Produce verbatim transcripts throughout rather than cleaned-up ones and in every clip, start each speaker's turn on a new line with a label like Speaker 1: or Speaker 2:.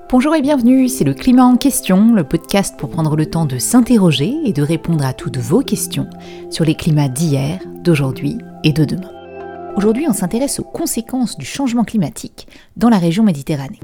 Speaker 1: Bonjour et bienvenue, c'est le Climat en question, le podcast pour prendre le temps de s'interroger et de répondre à toutes vos questions sur les climats d'hier, d'aujourd'hui et de demain. Aujourd'hui, on s'intéresse aux conséquences du changement climatique dans la région Méditerranée.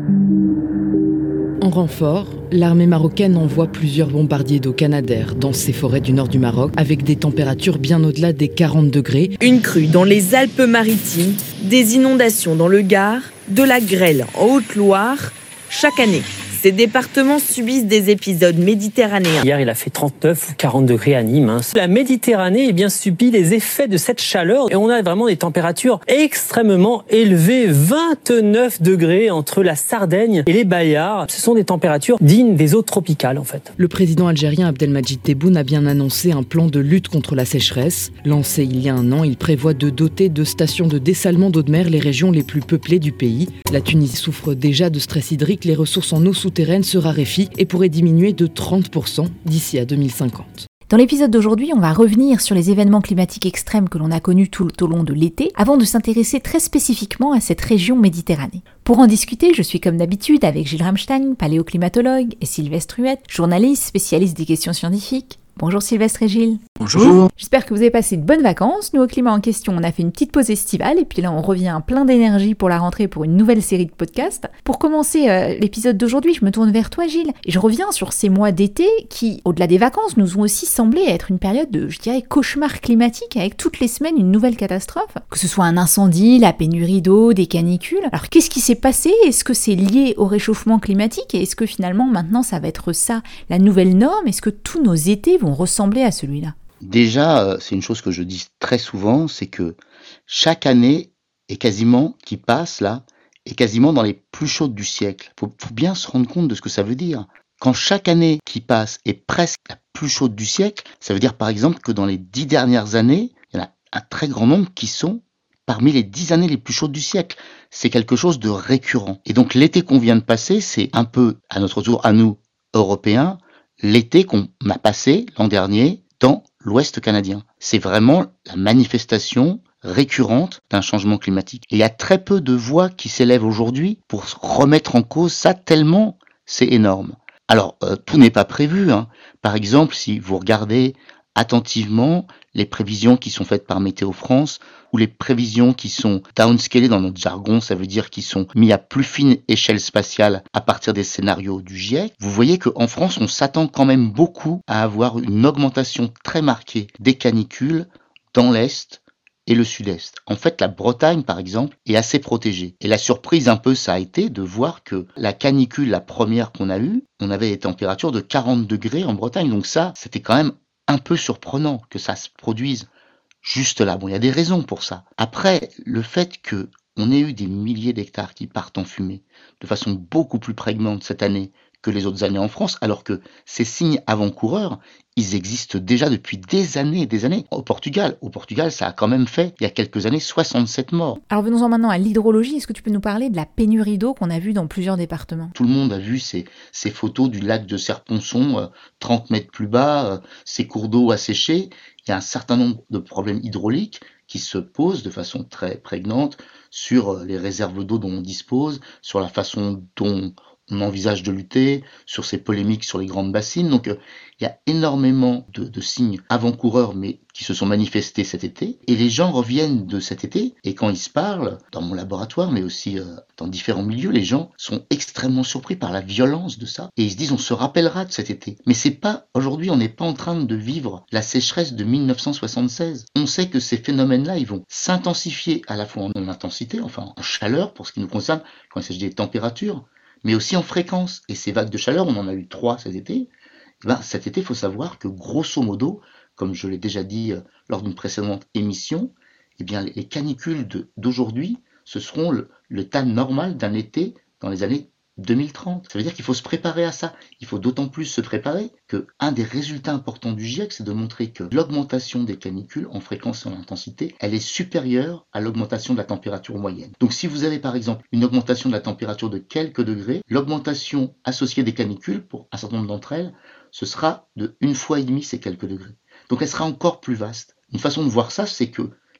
Speaker 2: En renfort, l'armée marocaine envoie plusieurs bombardiers d'eau Canadair dans ces forêts du nord du Maroc avec des températures bien au-delà des quarante degrés.
Speaker 3: Une crue dans les Alpes-Maritimes, des inondations dans le Gard, de la grêle en Haute-Loire. Chaque année, ces départements subissent des épisodes méditerranéens.
Speaker 4: Hier, il a fait trente-neuf ou quarante degrés à Nîmes. La Méditerranée eh bien, subit les effets de cette chaleur et on a vraiment des températures extrêmement élevées. vingt-neuf degrés entre la Sardaigne et les Baïares. Ce sont des températures dignes des eaux tropicales, en fait.
Speaker 2: Le président algérien Abdelmadjid Tebboune a bien annoncé un plan de lutte contre la sécheresse. Lancé il y a un an, il prévoit de doter de stations de dessalement d'eau de mer les régions les plus peuplées du pays. La Tunisie souffre déjà de stress hydrique. Les ressources en eau souterraine se raréfient et pourraient diminuer de trente pour cent d'ici à deux mille cinquante.
Speaker 1: Dans l'épisode d'aujourd'hui, on va revenir sur les événements climatiques extrêmes que l'on a connus tout au long de l'été, avant de s'intéresser très spécifiquement à cette région Méditerranée. Pour en discuter, je suis comme d'habitude avec Gilles Ramstein, paléoclimatologue, et Sylvestre Huette, journaliste spécialiste des questions scientifiques. Bonjour Sylvestre et Gilles.
Speaker 5: Bonjour.
Speaker 1: J'espère que vous avez passé de bonnes vacances. Nous, au Climat en question, on a fait une petite pause estivale et puis là, on revient plein d'énergie pour la rentrée pour une nouvelle série de podcasts. Pour commencer euh, l'épisode d'aujourd'hui, je me tourne vers toi, Gilles, et je reviens sur ces mois d'été qui, au-delà des vacances, nous ont aussi semblé être une période de, je dirais, cauchemar climatique avec toutes les semaines une nouvelle catastrophe. Que ce soit un incendie, la pénurie d'eau, des canicules. Alors, qu'est-ce qui s'est passé? Est-ce que c'est lié au réchauffement climatique et est-ce que finalement, maintenant, ça va être ça, la nouvelle norme? Est-ce que tous nos étés vont ressembler à celui-là?
Speaker 5: Déjà, c'est une chose que je dis très souvent, c'est que chaque année est quasiment, qui passe là, est quasiment dans les plus chaudes du siècle. Il faut, faut bien se rendre compte de ce que ça veut dire. Quand chaque année qui passe est presque la plus chaude du siècle, ça veut dire par exemple que dans les dix dernières années, il y en a un très grand nombre qui sont parmi les dix années les plus chaudes du siècle. C'est quelque chose de récurrent. Et donc l'été qu'on vient de passer, c'est un peu à notre tour, à nous, Européens, l'été qu'on a passé l'an dernier dans l'Ouest canadien. C'est vraiment la manifestation récurrente d'un changement climatique. Et il y a très peu de voix qui s'élèvent aujourd'hui pour remettre en cause ça, tellement c'est énorme. Alors, euh, tout n'est pas prévu, hein. Par exemple, si vous regardez attentivement les prévisions qui sont faites par Météo France ou les prévisions qui sont downscalées dans notre jargon, ça veut dire qui sont mis à plus fine échelle spatiale à partir des scénarios du GIEC, vous voyez qu'en France, on s'attend quand même beaucoup à avoir une augmentation très marquée des canicules dans l'Est et le Sud-Est. En fait, la Bretagne, par exemple, est assez protégée. Et la surprise un peu, ça a été de voir que la canicule, la première qu'on a eue, on avait des températures de quarante degrés en Bretagne. Donc ça, c'était quand même un peu surprenant que ça se produise juste là. Bon, il y a des raisons pour ça. Après, le fait que on ait eu des milliers d'hectares qui partent en fumée de façon beaucoup plus prégnante cette année que les autres années en France, alors que ces signes avant-coureurs, ils existent déjà depuis des années et des années. Au Portugal, au Portugal, ça a quand même fait, il y a quelques années, soixante-sept morts.
Speaker 1: Alors venons-en maintenant à l'hydrologie. Est-ce que tu peux nous parler de la pénurie d'eau qu'on a vue dans plusieurs départements?
Speaker 5: Tout le monde a vu ces, ces photos du lac de Serponçon, euh, trente mètres plus bas, euh, ces cours d'eau asséchés. Il y a un certain nombre de problèmes hydrauliques qui se posent de façon très prégnante sur les réserves d'eau dont on dispose, sur la façon dont on envisage de lutter, sur ces polémiques sur les grandes bassines. Donc euh, il y a énormément de, de signes avant-coureurs, mais qui se sont manifestés cet été. Et les gens reviennent de cet été, et quand ils se parlent, dans mon laboratoire, mais aussi euh, dans différents milieux, les gens sont extrêmement surpris par la violence de ça. Et ils se disent, on se rappellera de cet été. Mais c'est pas, aujourd'hui, on n'est pas en train de vivre la sécheresse de mille neuf cent soixante-seize. On sait que ces phénomènes-là, ils vont s'intensifier à la fois en intensité, enfin en chaleur, pour ce qui nous concerne, quand il s'agit des températures, mais aussi en fréquence. Et ces vagues de chaleur, on en a eu trois cet été. Et ben, cet été, il faut savoir que grosso modo, comme je l'ai déjà dit euh, lors d'une précédente émission, eh bien, les canicules de, d'aujourd'hui, ce seront le, le temps normal d'un été dans les années deux mille trente. Ça veut dire qu'il faut se préparer à ça. Il faut d'autant plus se préparer que un des résultats importants du GIEC, c'est de montrer que l'augmentation des canicules en fréquence et en intensité, elle est supérieure à l'augmentation de la température moyenne. Donc si vous avez par exemple une augmentation de la température de quelques degrés, l'augmentation associée des canicules, pour un certain nombre d'entre elles, ce sera de une fois et demie ces quelques degrés. Donc elle sera encore plus vaste. Une façon de voir ça, c'est que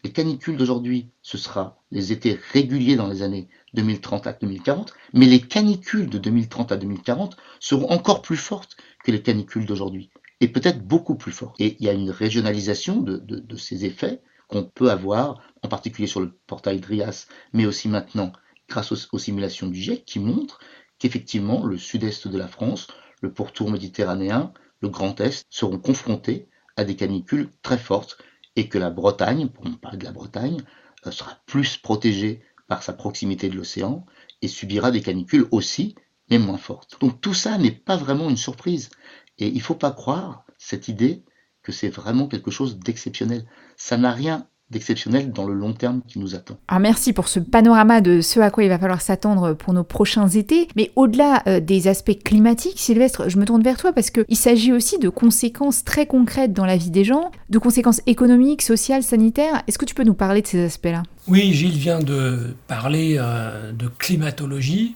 Speaker 5: Les canicules d'aujourd'hui, ce sera les étés réguliers dans les années deux mille trente à deux mille quarante, mais les canicules de deux mille trente à deux mille quarante seront encore plus fortes que les canicules d'aujourd'hui, et peut-être beaucoup plus fortes. Et il y a une régionalisation de, de, de ces effets qu'on peut avoir, en particulier sur le portail DRIAS, mais aussi maintenant grâce aux, aux simulations du GIEC, qui montrent qu'effectivement le sud-est de la France, le pourtour méditerranéen, le Grand Est seront confrontés à des canicules très fortes, et que la Bretagne, pour me parler de la Bretagne, euh, sera plus protégée par sa proximité de l'océan et subira des canicules aussi, mais moins fortes. Donc tout ça n'est pas vraiment une surprise. Et il ne faut pas croire cette idée que c'est vraiment quelque chose d'exceptionnel. Ça n'a rien d'exceptionnel dans le long terme qui nous attend.
Speaker 1: Alors merci pour ce panorama de ce à quoi il va falloir s'attendre pour nos prochains étés. Mais au-delà euh, des aspects climatiques, Sylvestre, je me tourne vers toi parce qu'il s'agit aussi de conséquences très concrètes dans la vie des gens, de conséquences économiques, sociales, sanitaires. Est-ce que tu peux nous parler de ces aspects-là ?
Speaker 6: Oui, Gilles vient de parler euh, de climatologie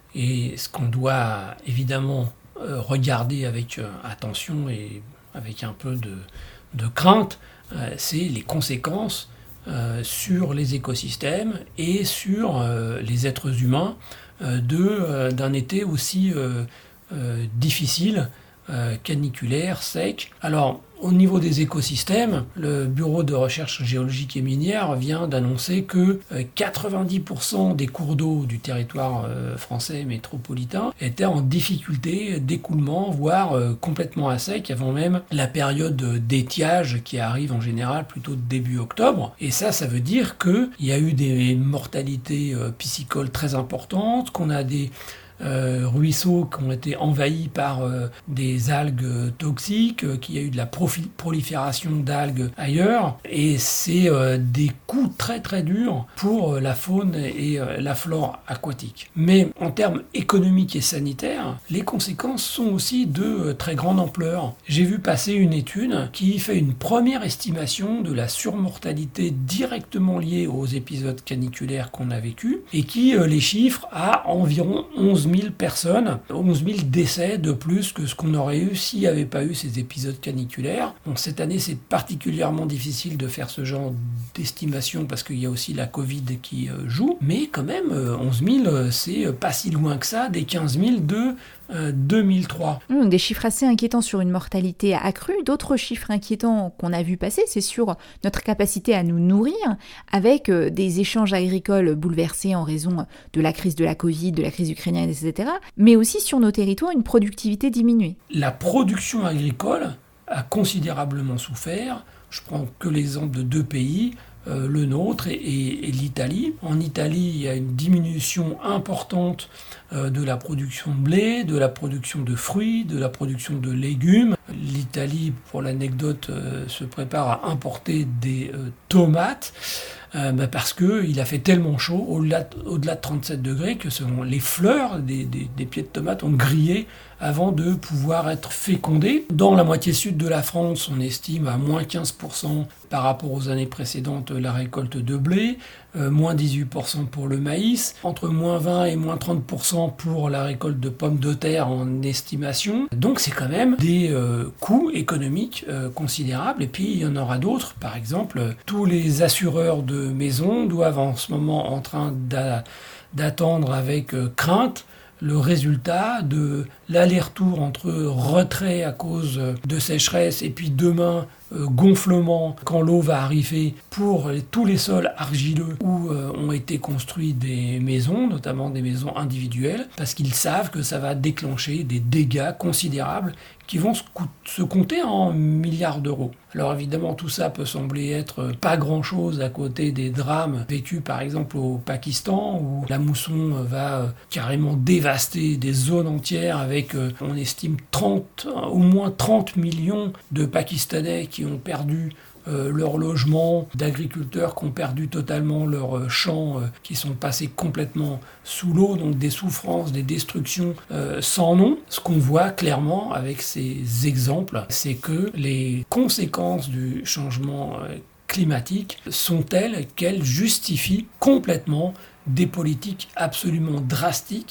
Speaker 6: et ce qu'on doit évidemment euh, regarder avec euh, attention et avec un peu de, de crainte, euh, c'est les conséquences euh, sur les écosystèmes et sur euh, les êtres humains euh, de, euh, d'un été aussi euh, euh, difficile, euh, caniculaire, sec. Alors, au niveau des écosystèmes, le Bureau de recherche géologique et minière vient d'annoncer que quatre-vingt-dix pour cent des cours d'eau du territoire français métropolitain étaient en difficulté d'écoulement, voire complètement à sec, avant même la période d'étiage qui arrive en général plutôt début octobre. Et ça, ça veut dire qu'il y a eu des mortalités piscicoles très importantes, qu'on a des Euh, ruisseaux qui ont été envahis par euh, des algues toxiques, euh, qu'il y a eu de la profi- prolifération d'algues ailleurs, et c'est euh, des coups très très durs pour euh, la faune et euh, la flore aquatique. Mais en termes économiques et sanitaires, les conséquences sont aussi de euh, très grande ampleur. J'ai vu passer une étude qui fait une première estimation de la surmortalité directement liée aux épisodes caniculaires qu'on a vécus, et qui euh, les chiffre à environ onze mille personnes, onze mille décès de plus que ce qu'on aurait eu s'il n'y avait pas eu ces épisodes caniculaires. Bon, cette année, c'est particulièrement difficile de faire ce genre d'estimation parce qu'il y a aussi la Covid qui euh, joue, mais quand même, euh, onze mille, c'est pas si loin que ça des quinze mille de euh, deux mille trois.
Speaker 1: Donc des chiffres assez inquiétants sur une mortalité accrue. D'autres chiffres inquiétants qu'on a vu passer, c'est sur notre capacité à nous nourrir, avec euh, des échanges agricoles bouleversés en raison de la crise de la Covid, de la crise ukrainienne, et cetera, mais aussi sur nos territoires, une productivité diminuée.
Speaker 6: La production agricole a considérablement souffert. Je prends que l'exemple de deux pays, euh, le nôtre et, et, et l'Italie. En Italie, il y a une diminution importante euh, de la production de blé, de la production de fruits, de la production de légumes. L'Italie, pour l'anecdote, euh, se prépare à importer des euh, tomates. Euh, bah parce qu'il a fait tellement chaud, au-delà, au-delà de trente-sept degrés, que selon les fleurs des, des, des pieds de tomates ont grillé avant de pouvoir être fécondées. Dans la moitié sud de la France, on estime à moins quinze pour cent par rapport aux années précédentes la récolte de blé, euh, moins dix-huit pour cent pour le maïs, entre moins vingt et moins trente pour cent pour la récolte de pommes de terre en estimation. Donc c'est quand même des euh, coûts économiques euh, considérables. Et puis il y en aura d'autres. Par exemple, tous les assureurs de maisons doivent en ce moment en train d'a- d'attendre avec euh, crainte le résultat de l'aller-retour entre retrait à cause de sécheresse et puis demain euh, gonflement quand l'eau va arriver pour les, tous les sols argileux où euh, ont été construites des maisons, notamment des maisons individuelles, parce qu'ils savent que ça va déclencher des dégâts considérables qui vont se, co- se compter en milliards d'euros. Alors évidemment, tout ça peut sembler être pas grand-chose à côté des drames vécus par exemple au Pakistan, où la mousson va euh, carrément dévaster des zones entières avec, euh, on estime, trente, au moins trente millions de Pakistanais qui ont perdu Euh, leur logement, d'agriculteurs qui ont perdu totalement leurs euh, champs, euh, qui sont passés complètement sous l'eau, donc des souffrances, des destructions euh, sans nom. Ce qu'on voit clairement avec ces exemples, c'est que les conséquences du changement euh, climatique sont telles qu'elles justifient complètement des politiques absolument drastiques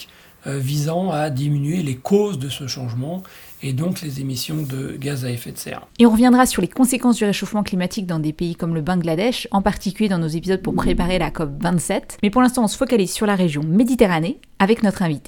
Speaker 6: euh, visant à diminuer les causes de ce changement et donc les émissions de gaz à effet de serre.
Speaker 1: Et on reviendra sur les conséquences du réchauffement climatique dans des pays comme le Bangladesh, en particulier dans nos épisodes pour préparer la COP vingt-sept. Mais pour l'instant, on se focalise sur la région Méditerranée avec notre invité.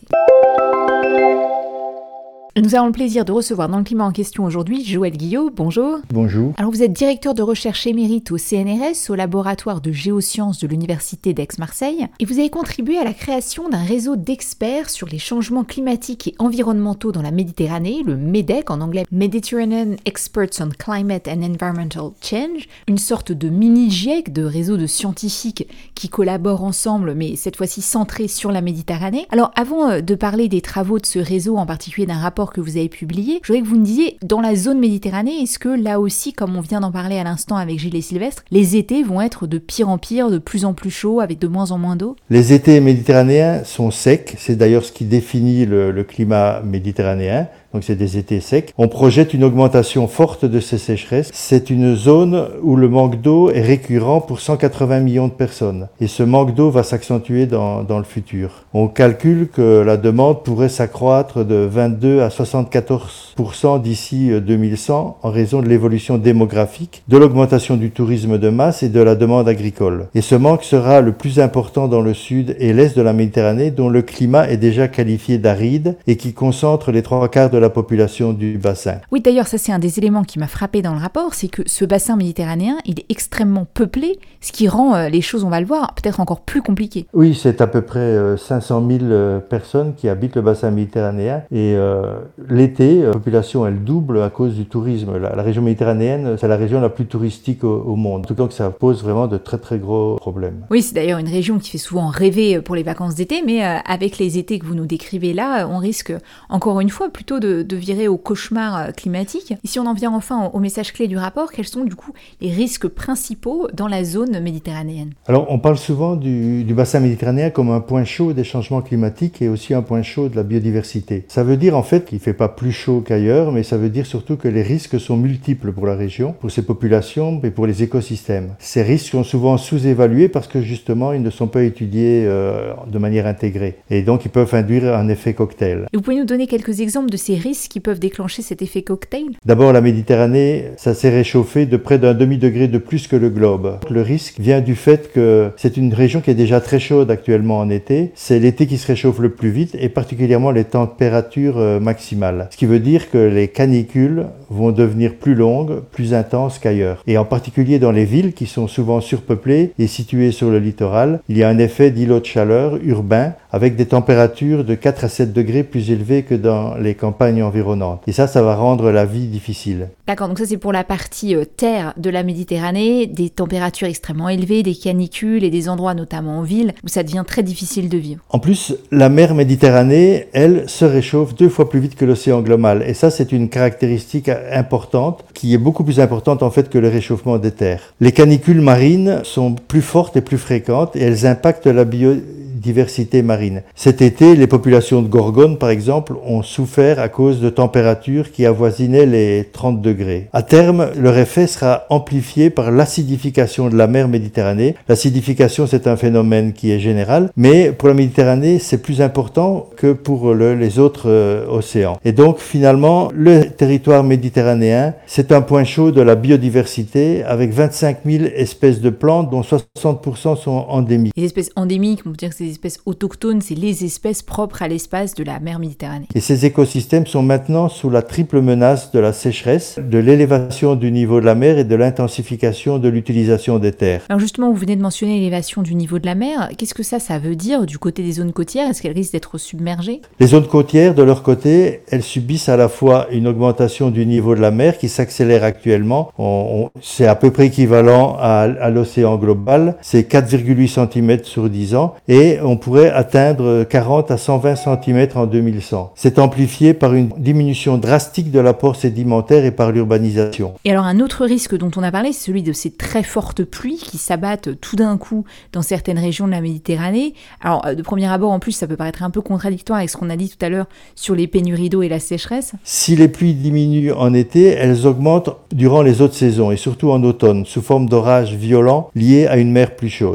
Speaker 1: Nous avons le plaisir de recevoir dans le climat en question aujourd'hui Joël Guillot. Bonjour.
Speaker 7: Bonjour.
Speaker 1: Alors vous êtes directeur de recherche émérite au C N R S, au laboratoire de géosciences de l'Université d'Aix-Marseille, et vous avez contribué à la création d'un réseau d'experts sur les changements climatiques et environnementaux dans la Méditerranée, le MEDEC en anglais, Mediterranean Experts on Climate and Environmental Change, une sorte de mini-GIEC de réseau de scientifiques qui collaborent ensemble, mais cette fois-ci centrés sur la Méditerranée. Alors avant de parler des travaux de ce réseau, en particulier d'un rapport que vous avez publié, je voudrais que vous me disiez, dans la zone Méditerranée, est-ce que là aussi, comme on vient d'en parler à l'instant avec Gilles et Sylvestre, les étés vont être de pire en pire, de plus en plus chauds, avec de moins en moins d'eau?
Speaker 7: Les étés méditerranéens sont secs, c'est d'ailleurs ce qui définit le, le climat méditerranéen. Donc c'est des étés secs. On projette une augmentation forte de ces sécheresses. C'est une zone où le manque d'eau est récurrent pour cent quatre-vingts millions de personnes. Et ce manque d'eau va s'accentuer dans, dans le futur. On calcule que la demande pourrait s'accroître de vingt-deux à soixante-quatorze pour cent d'ici deux mille cent en raison de l'évolution démographique, de l'augmentation du tourisme de masse et de la demande agricole. Et ce manque sera le plus important dans le sud et l'est de la Méditerranée, dont le climat est déjà qualifié d'aride et qui concentre les trois quarts de la population du bassin.
Speaker 1: Oui, d'ailleurs, ça c'est un des éléments qui m'a frappé dans le rapport, c'est que ce bassin méditerranéen, il est extrêmement peuplé, ce qui rend euh, les choses, on va le voir, peut-être encore plus compliquées.
Speaker 7: Oui, c'est à peu près euh, cinq cent mille euh, personnes qui habitent le bassin méditerranéen et euh, l'été, la population elle double à cause du tourisme. La, la région méditerranéenne, c'est la région la plus touristique au, au monde. En tout cas, ça pose vraiment de très très gros problèmes.
Speaker 1: Oui, c'est d'ailleurs une région qui fait souvent rêver pour les vacances d'été, mais euh, avec les étés que vous nous décrivez là, on risque encore une fois plutôt de, de virer au cauchemar climatique. Et si on en vient enfin au message clé du rapport, quels sont du coup les risques principaux dans la zone méditerranéenne?
Speaker 7: Alors, on parle souvent du, du bassin méditerranéen comme un point chaud des changements climatiques et aussi un point chaud de la biodiversité. Ça veut dire en fait qu'il ne fait pas plus chaud qu'ailleurs, mais ça veut dire surtout que les risques sont multiples pour la région, pour ses populations et pour les écosystèmes. Ces risques sont souvent sous-évalués parce que justement, ils ne sont pas étudiés euh, de manière intégrée. Et donc, ils peuvent induire un effet cocktail.
Speaker 1: Et vous pouvez nous donner quelques exemples de ces risques qui peuvent déclencher cet effet cocktail?
Speaker 7: D'abord, la Méditerranée, ça s'est réchauffé de près d'un demi-degré de plus que le globe. Le risque vient du fait que c'est une région qui est déjà très chaude actuellement en été. C'est l'été qui se réchauffe le plus vite et particulièrement les températures maximales. Ce qui veut dire que les canicules vont devenir plus longues, plus intenses qu'ailleurs. Et en particulier dans les villes qui sont souvent surpeuplées et situées sur le littoral, il y a un effet d'îlot de chaleur urbain avec des températures de quatre à sept degrés plus élevées que dans les campagnes environnantes. Et ça, ça va rendre la vie difficile.
Speaker 1: D'accord, donc ça c'est pour la partie euh, terre de la Méditerranée, des températures extrêmement élevées, des canicules et des endroits notamment en ville où ça devient très difficile de vivre.
Speaker 7: En plus, la mer Méditerranée, elle, se réchauffe deux fois plus vite que l'océan global. Et ça, c'est une caractéristique importante qui est beaucoup plus importante en fait que le réchauffement des terres. Les canicules marines sont plus fortes et plus fréquentes et elles impactent la biodiversité marine. Cet été, les populations de Gorgone, par exemple, ont souffert à cause de températures qui avoisinaient les trente degrés. À terme, leur effet sera amplifié par l'acidification de la mer Méditerranée. L'acidification, c'est un phénomène qui est général, mais pour la Méditerranée, c'est plus important que pour le, les autres euh, océans. Et donc, finalement, le territoire méditerranéen, c'est un point chaud de la biodiversité avec vingt-cinq mille espèces de plantes, dont soixante pour cent sont endémiques.
Speaker 1: Les espèces endémiques, on peut dire que c'est des espèces autochtones, c'est les espèces propres à l'espace de la mer Méditerranée.
Speaker 7: Et ces écosystèmes sont maintenant sous la triple menace de la sécheresse, de l'élévation du niveau de la mer et de l'intensification de l'utilisation des terres.
Speaker 1: Alors justement, vous venez de mentionner l'élévation du niveau de la mer. Qu'est-ce que ça, ça veut dire du côté des zones côtières? Est-ce qu'elles risquent d'être submergées?
Speaker 7: Les zones côtières, de leur côté, elles subissent à la fois une augmentation du niveau de la mer qui s'accélère actuellement. On, on, c'est à peu près équivalent à, à l'océan global. C'est quatre virgule huit centimètres sur dix ans et on pourrait atteindre quarante à cent vingt centimètres en deux mille cent. C'est amplifié par une diminution drastique de l'apport sédimentaire et par l'urbanisation.
Speaker 1: Et alors un autre risque dont on a parlé, c'est celui de ces très fortes pluies qui s'abattent tout d'un coup dans certaines régions de la Méditerranée. Alors de premier abord, en plus, ça peut paraître un peu contradictoire avec ce qu'on a dit tout à l'heure sur les pénuries d'eau et la sécheresse.
Speaker 7: Si les pluies diminuent en été, elles augmentent durant les autres saisons et surtout en automne, sous forme d'orages violents liés à une mer plus chaude.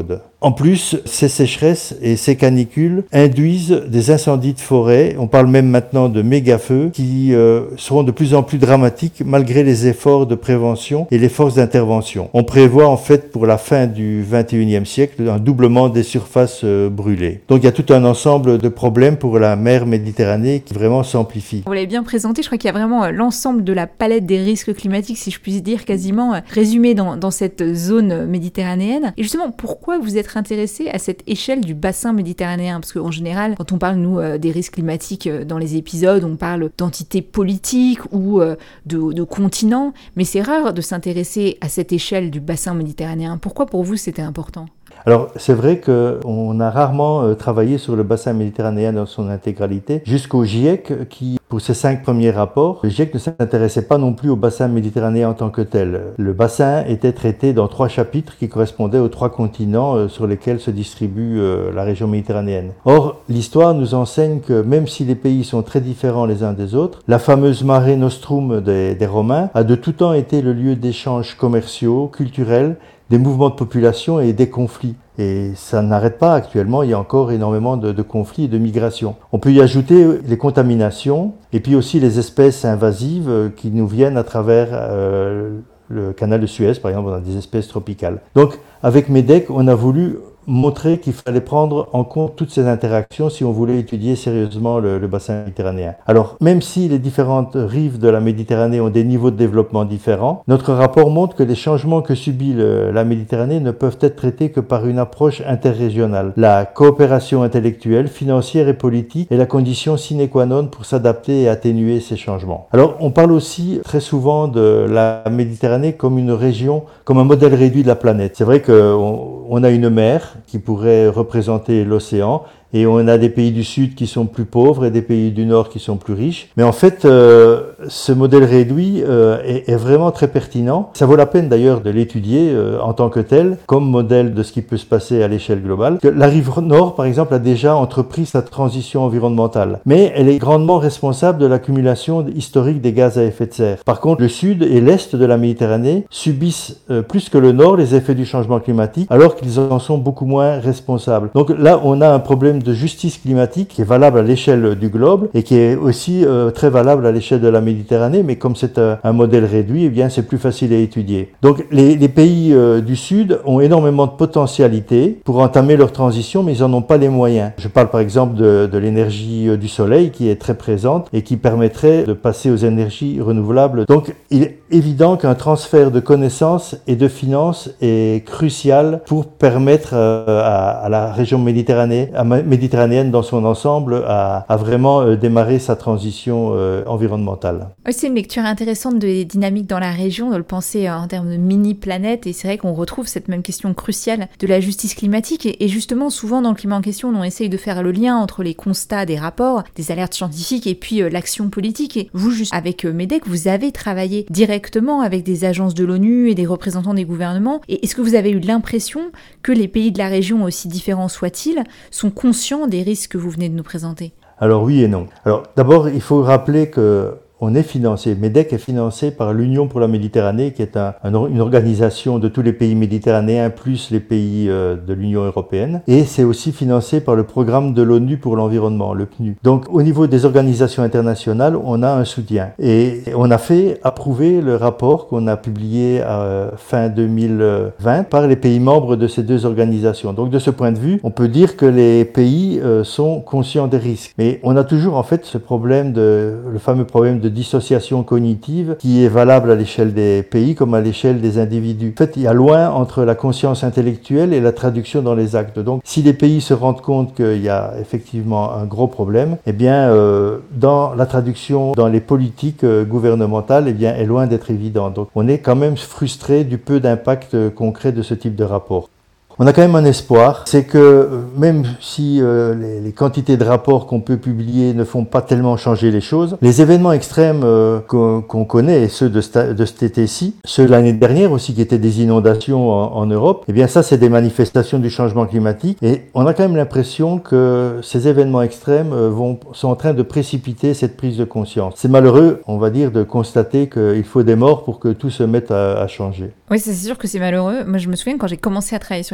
Speaker 7: En plus, ces sécheresses et ces canicules induisent des incendies de forêt. On parle même maintenant de méga-feux qui euh, seront de plus en plus dramatiques malgré les efforts de prévention et les forces d'intervention. On prévoit en fait pour la fin du vingt et unième siècle un doublement des surfaces euh, brûlées. Donc il y a tout un ensemble de problèmes pour la mer Méditerranée qui vraiment s'amplifie.
Speaker 1: Vous l'avez bien présenté, je crois qu'il y a vraiment l'ensemble de la palette des risques climatiques, si je puis dire, quasiment résumé dans, dans cette zone méditerranéenne. Et justement, pourquoi vous êtes intéressé à cette échelle du bassin méditerranéen? Parce qu'en général, quand on parle, nous, euh, des risques climatiques euh, dans les épisodes, on parle d'entités politiques ou euh, de, de continents, mais c'est rare de s'intéresser à cette échelle du bassin méditerranéen. Pourquoi pour vous c'était important?
Speaker 7: Alors, c'est vrai qu'on a rarement euh, travaillé sur le bassin méditerranéen dans son intégralité, jusqu'au GIEC qui, pour ses cinq premiers rapports, le GIEC ne s'intéressait pas non plus au bassin méditerranéen en tant que tel. Le bassin était traité dans trois chapitres qui correspondaient aux trois continents euh, sur lesquels se distribue euh, la région méditerranéenne. Or, l'histoire nous enseigne que même si les pays sont très différents les uns des autres, la fameuse Mare Nostrum des, des Romains a de tout temps été le lieu d'échanges commerciaux, culturels, des mouvements de population et des conflits. Et ça n'arrête pas actuellement, il y a encore énormément de, de conflits et de migrations. On peut y ajouter les contaminations et puis aussi les espèces invasives qui nous viennent à travers euh, le canal de Suez, par exemple, on a des espèces tropicales. Donc avec MEDEC, on a voulu montrer qu'il fallait prendre en compte toutes ces interactions si on voulait étudier sérieusement le, le bassin méditerranéen. Alors, même si les différentes rives de la Méditerranée ont des niveaux de développement différents, notre rapport montre que les changements que subit le, la Méditerranée ne peuvent être traités que par une approche interrégionale. La coopération intellectuelle, financière et politique est la condition sine qua non pour s'adapter et atténuer ces changements. Alors, on parle aussi très souvent de la Méditerranée comme une région, comme un modèle réduit de la planète. C'est vrai qu'on on a une mer qui pourrait représenter l'océan, et on a des pays du Sud qui sont plus pauvres et des pays du Nord qui sont plus riches. Mais en fait, euh, ce modèle réduit euh, est, est vraiment très pertinent. Ça vaut la peine d'ailleurs de l'étudier euh, en tant que tel, comme modèle de ce qui peut se passer à l'échelle globale. Que la rive Nord, par exemple, a déjà entrepris sa transition environnementale, mais elle est grandement responsable de l'accumulation historique des gaz à effet de serre. Par contre, le Sud et l'Est de la Méditerranée subissent euh, plus que le Nord les effets du changement climatique, alors qu'ils en sont beaucoup moins responsables. Donc là, on a un problème de justice climatique qui est valable à l'échelle du globe et qui est aussi euh, très valable à l'échelle de la Méditerranée, mais comme c'est un, un modèle réduit, eh bien c'est plus facile à étudier. Donc les, les pays euh, du Sud ont énormément de potentialité pour entamer leur transition, mais ils n'en ont pas les moyens. Je parle par exemple de, de l'énergie euh, du soleil qui est très présente et qui permettrait de passer aux énergies renouvelables. Donc il est évident qu'un transfert de connaissances et de finances est crucial pour permettre euh, à, à la région méditerranéenne, à méditerranéenne dans son ensemble à, à vraiment euh, démarrer sa transition euh, environnementale.
Speaker 1: Oui, c'est une lecture intéressante des dynamiques dans la région, de le penser en termes de mini-planète, et c'est vrai qu'on retrouve cette même question cruciale de la justice climatique, et, et justement souvent dans le climat en question, on essaye de faire le lien entre les constats des rapports, des alertes scientifiques et puis euh, l'action politique, et vous, juste avec euh, MEDEC, vous avez travaillé directement avec des agences de l'ONU et des représentants des gouvernements, et est-ce que vous avez eu l'impression que les pays de la région, aussi différents soient-ils, sont conscients des risques que vous venez de nous présenter?
Speaker 7: Alors oui et non. Alors d'abord, il faut rappeler que on est financé, MEDEC est financé par l'Union pour la Méditerranée, qui est un, un, une organisation de tous les pays méditerranéens, plus les pays euh, de l'Union européenne. Et c'est aussi financé par le programme de l'ONU pour l'environnement, le P N U. Donc au niveau des organisations internationales, on a un soutien. Et on a fait approuver le rapport qu'on a publié à fin deux mille vingt par les pays membres de ces deux organisations. Donc de ce point de vue, on peut dire que les pays euh, sont conscients des risques. Mais on a toujours en fait ce problème, de, le fameux problème de dissociation cognitive qui est valable à l'échelle des pays comme à l'échelle des individus. En fait, il y a loin entre la conscience intellectuelle et la traduction dans les actes. Donc, si les pays se rendent compte qu'il y a effectivement un gros problème, eh bien, euh, dans la traduction dans les politiques euh, gouvernementales, eh bien, est loin d'être évident. Donc, on est quand même frustré du peu d'impact euh, concret de ce type de rapport. On a quand même un espoir, c'est que même si euh, les, les quantités de rapports qu'on peut publier ne font pas tellement changer les choses, les événements extrêmes euh, qu'on, qu'on connaît, et ceux de, sta- de cet été-ci, ceux de l'année dernière aussi qui étaient des inondations en, en Europe, eh bien ça c'est des manifestations du changement climatique, et on a quand même l'impression que ces événements extrêmes euh, vont, sont en train de précipiter cette prise de conscience. C'est malheureux, on va dire, de constater qu'il faut des morts pour que tout se mette à, à changer.
Speaker 1: Oui, c'est sûr que c'est malheureux. Moi je me souviens quand j'ai commencé à travailler sur les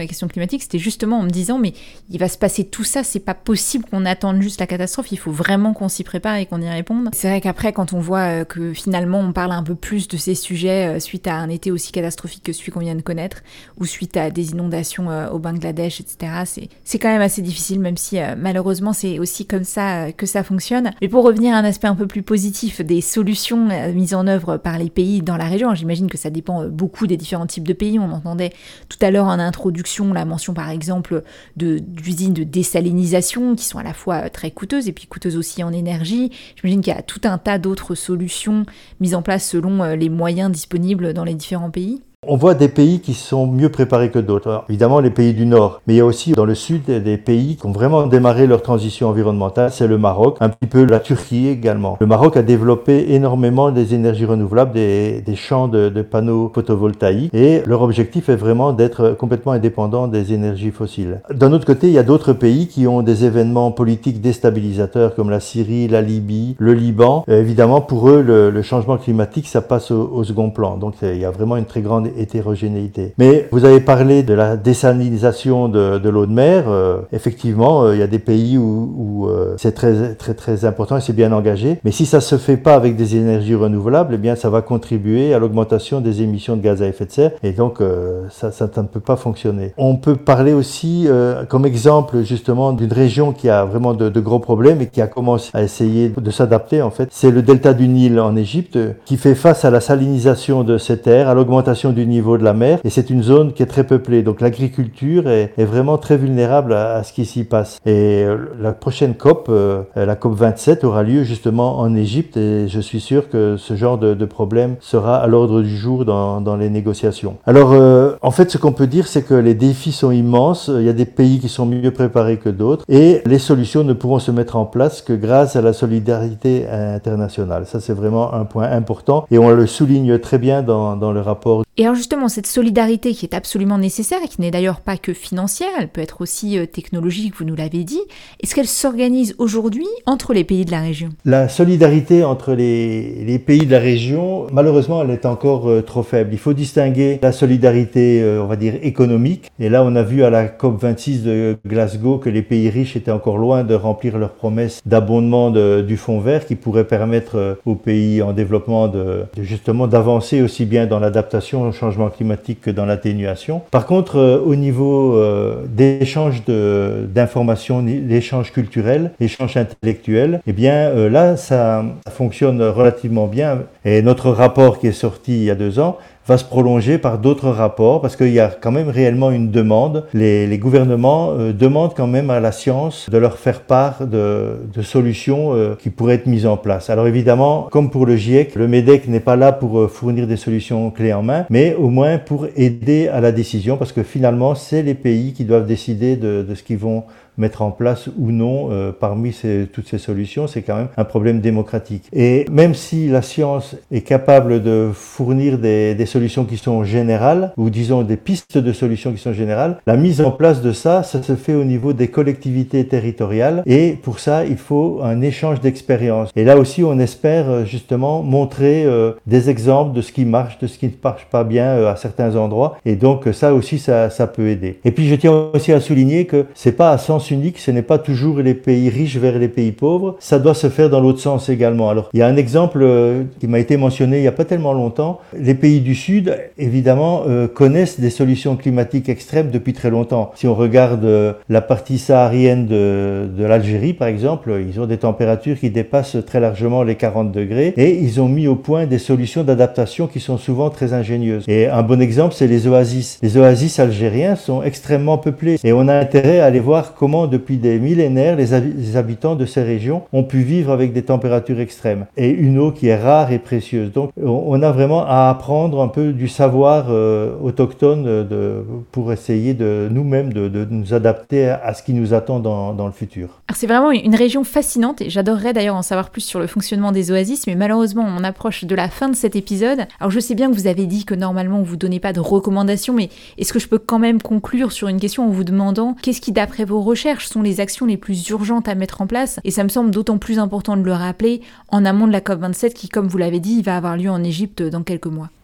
Speaker 1: question climatique, c'était justement en me disant mais il va se passer tout ça, c'est pas possible qu'on attende juste la catastrophe, il faut vraiment qu'on s'y prépare et qu'on y réponde. C'est vrai qu'après quand on voit que finalement on parle un peu plus de ces sujets suite à un été aussi catastrophique que celui qu'on vient de connaître, ou suite à des inondations au Bangladesh, et cetera, c'est, c'est quand même assez difficile, même si euh, malheureusement c'est aussi comme ça euh, que ça fonctionne. Mais pour revenir à un aspect un peu plus positif des solutions euh, mises en œuvre par les pays dans la région, j'imagine que ça dépend euh, beaucoup des différents types de pays. On entendait tout à l'heure en introduction la mention par exemple de, d'usines de désalinisation qui sont à la fois euh, très coûteuses et puis coûteuses aussi en énergie. J'imagine qu'il y a tout un tas d'autres solutions mises en place selon euh, les moyens disponibles dans les différents pays.
Speaker 7: On voit des pays qui sont mieux préparés que d'autres. Alors, évidemment, les pays du Nord, mais il y a aussi dans le Sud des pays qui ont vraiment démarré leur transition environnementale. C'est le Maroc, un petit peu la Turquie également. Le Maroc a développé énormément des énergies renouvelables, des, des champs de, de panneaux photovoltaïques, et leur objectif est vraiment d'être complètement indépendant des énergies fossiles. D'un autre côté, il y a d'autres pays qui ont des événements politiques déstabilisateurs comme la Syrie, la Libye, le Liban. Euh, évidemment, pour eux, le, le changement climatique, ça passe au, au second plan. Donc, il y a vraiment une très grande hétérogénéité. Mais vous avez parlé de la désalinisation de, de l'eau de mer. Euh, effectivement, euh, il y a des pays où, où euh, c'est très, très, très important et c'est bien engagé. Mais si ça se fait pas avec des énergies renouvelables, eh bien, ça va contribuer à l'augmentation des émissions de gaz à effet de serre. Et donc, euh, ça, ça, ça ne peut pas fonctionner. On peut parler aussi, euh, comme exemple, justement, d'une région qui a vraiment de, de gros problèmes et qui a commencé à essayer de s'adapter, en fait. C'est le delta du Nil en Égypte qui fait face à la salinisation de ces terres, à l'augmentation du niveau de la mer, et c'est une zone qui est très peuplée. Donc l'agriculture est, est vraiment très vulnérable à, à ce qui s'y passe. Et euh, la prochaine COP, euh, la COP vingt-sept, aura lieu justement en Égypte, et je suis sûr que ce genre de, de problème sera à l'ordre du jour dans, dans les négociations. Alors, euh, en fait, ce qu'on peut dire, c'est que les défis sont immenses. Il y a des pays qui sont mieux préparés que d'autres, et les solutions ne pourront se mettre en place que grâce à la solidarité internationale. Ça, c'est vraiment un point important, et on le souligne très bien dans, dans le rapport.
Speaker 1: Et alors justement, cette solidarité qui est absolument nécessaire et qui n'est d'ailleurs pas que financière, elle peut être aussi euh, technologique, vous nous l'avez dit, est-ce qu'elle s'organise aujourd'hui entre les pays de la région ?
Speaker 7: La solidarité entre les, les pays de la région, malheureusement, elle est encore euh, trop faible. Il faut distinguer la solidarité, euh, on va dire, économique. Et là, on a vu à la COP vingt-six de Glasgow que les pays riches étaient encore loin de remplir leurs promesses d'abondement de, du fonds vert qui pourrait permettre euh, aux pays en développement de, de justement d'avancer aussi bien dans l'adaptation au changement climatique que dans l'atténuation. Par contre, euh, au niveau euh, d'échanges de, d'informations, d'échanges culturels, d'échanges intellectuels, eh bien euh, là, ça, ça fonctionne relativement bien. Et notre rapport qui est sorti il y a deux ans va se prolonger par d'autres rapports parce qu'il y a quand même réellement une demande. Les, les gouvernements euh, demandent quand même à la science de leur faire part de, de solutions euh, qui pourraient être mises en place. Alors évidemment, comme pour le GIEC, le MEDEC n'est pas là pour euh, fournir des solutions clés en main, mais au moins pour aider à la décision parce que finalement, c'est les pays qui doivent décider de, de ce qu'ils vont mettre en place ou non euh, parmi ces, toutes ces solutions, c'est quand même un problème démocratique. Et même si la science est capable de fournir des, des solutions qui sont générales, ou disons des pistes de solutions qui sont générales, la mise en place de ça, ça se fait au niveau des collectivités territoriales, et pour ça, il faut un échange d'expériences. Et là aussi, on espère justement montrer euh, des exemples de ce qui marche, de ce qui ne marche pas bien euh, à certains endroits, et donc ça aussi, ça, ça peut aider. Et puis, je tiens aussi à souligner que c'est pas à sens unique, ce n'est pas toujours les pays riches vers les pays pauvres, ça doit se faire dans l'autre sens également. Alors, il y a un exemple euh, qui m'a été mentionné il n'y a pas tellement longtemps. Les pays du Sud, évidemment, euh, connaissent des solutions climatiques extrêmes depuis très longtemps. Si on regarde euh, la partie saharienne de, de l'Algérie, par exemple, ils ont des températures qui dépassent très largement les quarante degrés et ils ont mis au point des solutions d'adaptation qui sont souvent très ingénieuses. Et un bon exemple, c'est les oasis. Les oasis algériens sont extrêmement peuplés et on a intérêt à aller voir comment depuis des millénaires, les, hab- les habitants de ces régions ont pu vivre avec des températures extrêmes et une eau qui est rare et précieuse. Donc, on a vraiment à apprendre un peu du savoir euh, autochtone de, pour essayer de nous-mêmes de, de nous adapter à, à ce qui nous attend dans, dans le futur.
Speaker 1: Alors, c'est vraiment une région fascinante et j'adorerais d'ailleurs en savoir plus sur le fonctionnement des oasis, mais malheureusement, on approche de la fin de cet épisode. Alors, je sais bien que vous avez dit que normalement, vous ne donnez pas de recommandations, mais est-ce que je peux quand même conclure sur une question en vous demandant qu'est-ce qui, d'après vos recherches, sont les actions les plus urgentes à mettre en place, et ça me semble d'autant plus important de le rappeler en amont de la COP vingt-sept qui, comme vous l'avez dit, va avoir lieu en Égypte dans quelques mois.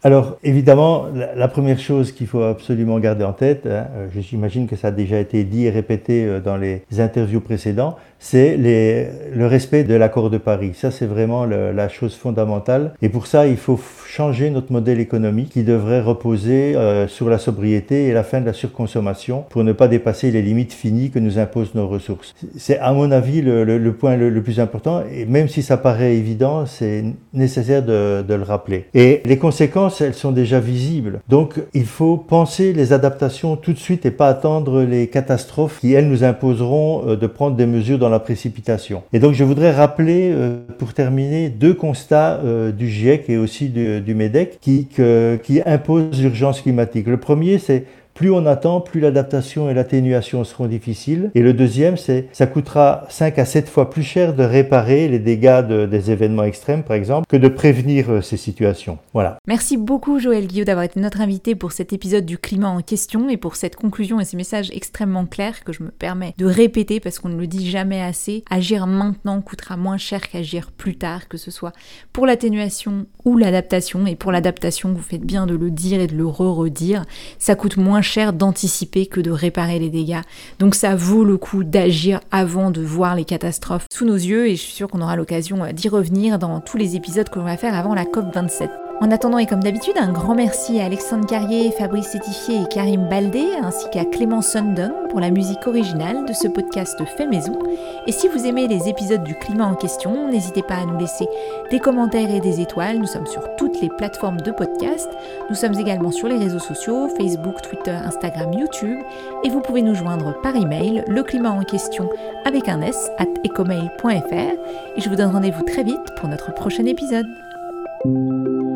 Speaker 7: Alors évidemment, la, la première chose qu'il faut absolument garder en tête, hein, j'imagine que ça a déjà été dit et répété dans les interviews précédentes, c'est les, le respect de l'accord de Paris. Ça, c'est vraiment le, la chose fondamentale. Et pour ça, il faut changer notre modèle économique qui devrait reposer euh, sur la sobriété et la fin de la surconsommation pour ne pas dépasser les limites finies que nous imposent nos ressources. C'est à mon avis le, le, le point le, le plus important. Et même si ça paraît évident, c'est nécessaire de, de le rappeler. Et les conséquences, elles sont déjà visibles. Donc, il faut penser les adaptations tout de suite et pas attendre les catastrophes qui, elles, nous imposeront euh, de prendre des mesures dans la précipitation. Et donc je voudrais rappeler, euh, pour terminer, deux constats euh, du GIEC et aussi du, du MEDEC qui, que, qui imposent l'urgence climatique. Le premier, c'est plus on attend, plus l'adaptation et l'atténuation seront difficiles. Et le deuxième, c'est ça coûtera cinq à sept fois plus cher de réparer les dégâts de, des événements extrêmes, par exemple, que de prévenir euh, ces situations. Voilà.
Speaker 1: Merci beaucoup Joël Guillot d'avoir été notre invité pour cet épisode du climat en question et pour cette conclusion et ces messages extrêmement clairs que je me permets de répéter parce qu'on ne le dit jamais assez. Agir maintenant coûtera moins cher qu'agir plus tard, que ce soit pour l'atténuation ou l'adaptation. Et pour l'adaptation, vous faites bien de le dire et de le re-redire, ça coûte moins cher d'anticiper que de réparer les dégâts. Donc ça vaut le coup d'agir avant de voir les catastrophes sous nos yeux et je suis sûre qu'on aura l'occasion d'y revenir dans tous les épisodes que l'on va faire avant la COP vingt-sept. En attendant et comme d'habitude, un grand merci à Alexandre Carrier, Fabrice Sétifier et Karim Baldé, ainsi qu'à Clément Sundon pour la musique originale de ce podcast fait maison. Et si vous aimez les épisodes du climat en question, n'hésitez pas à nous laisser des commentaires et des étoiles. Nous sommes sur toutes les plateformes de podcast. Nous sommes également sur les réseaux sociaux, Facebook, Twitter, Instagram, YouTube. Et vous pouvez nous joindre par email, le climat en question avec un s, at ecomail point f r. Et je vous donne rendez-vous très vite pour notre prochain épisode.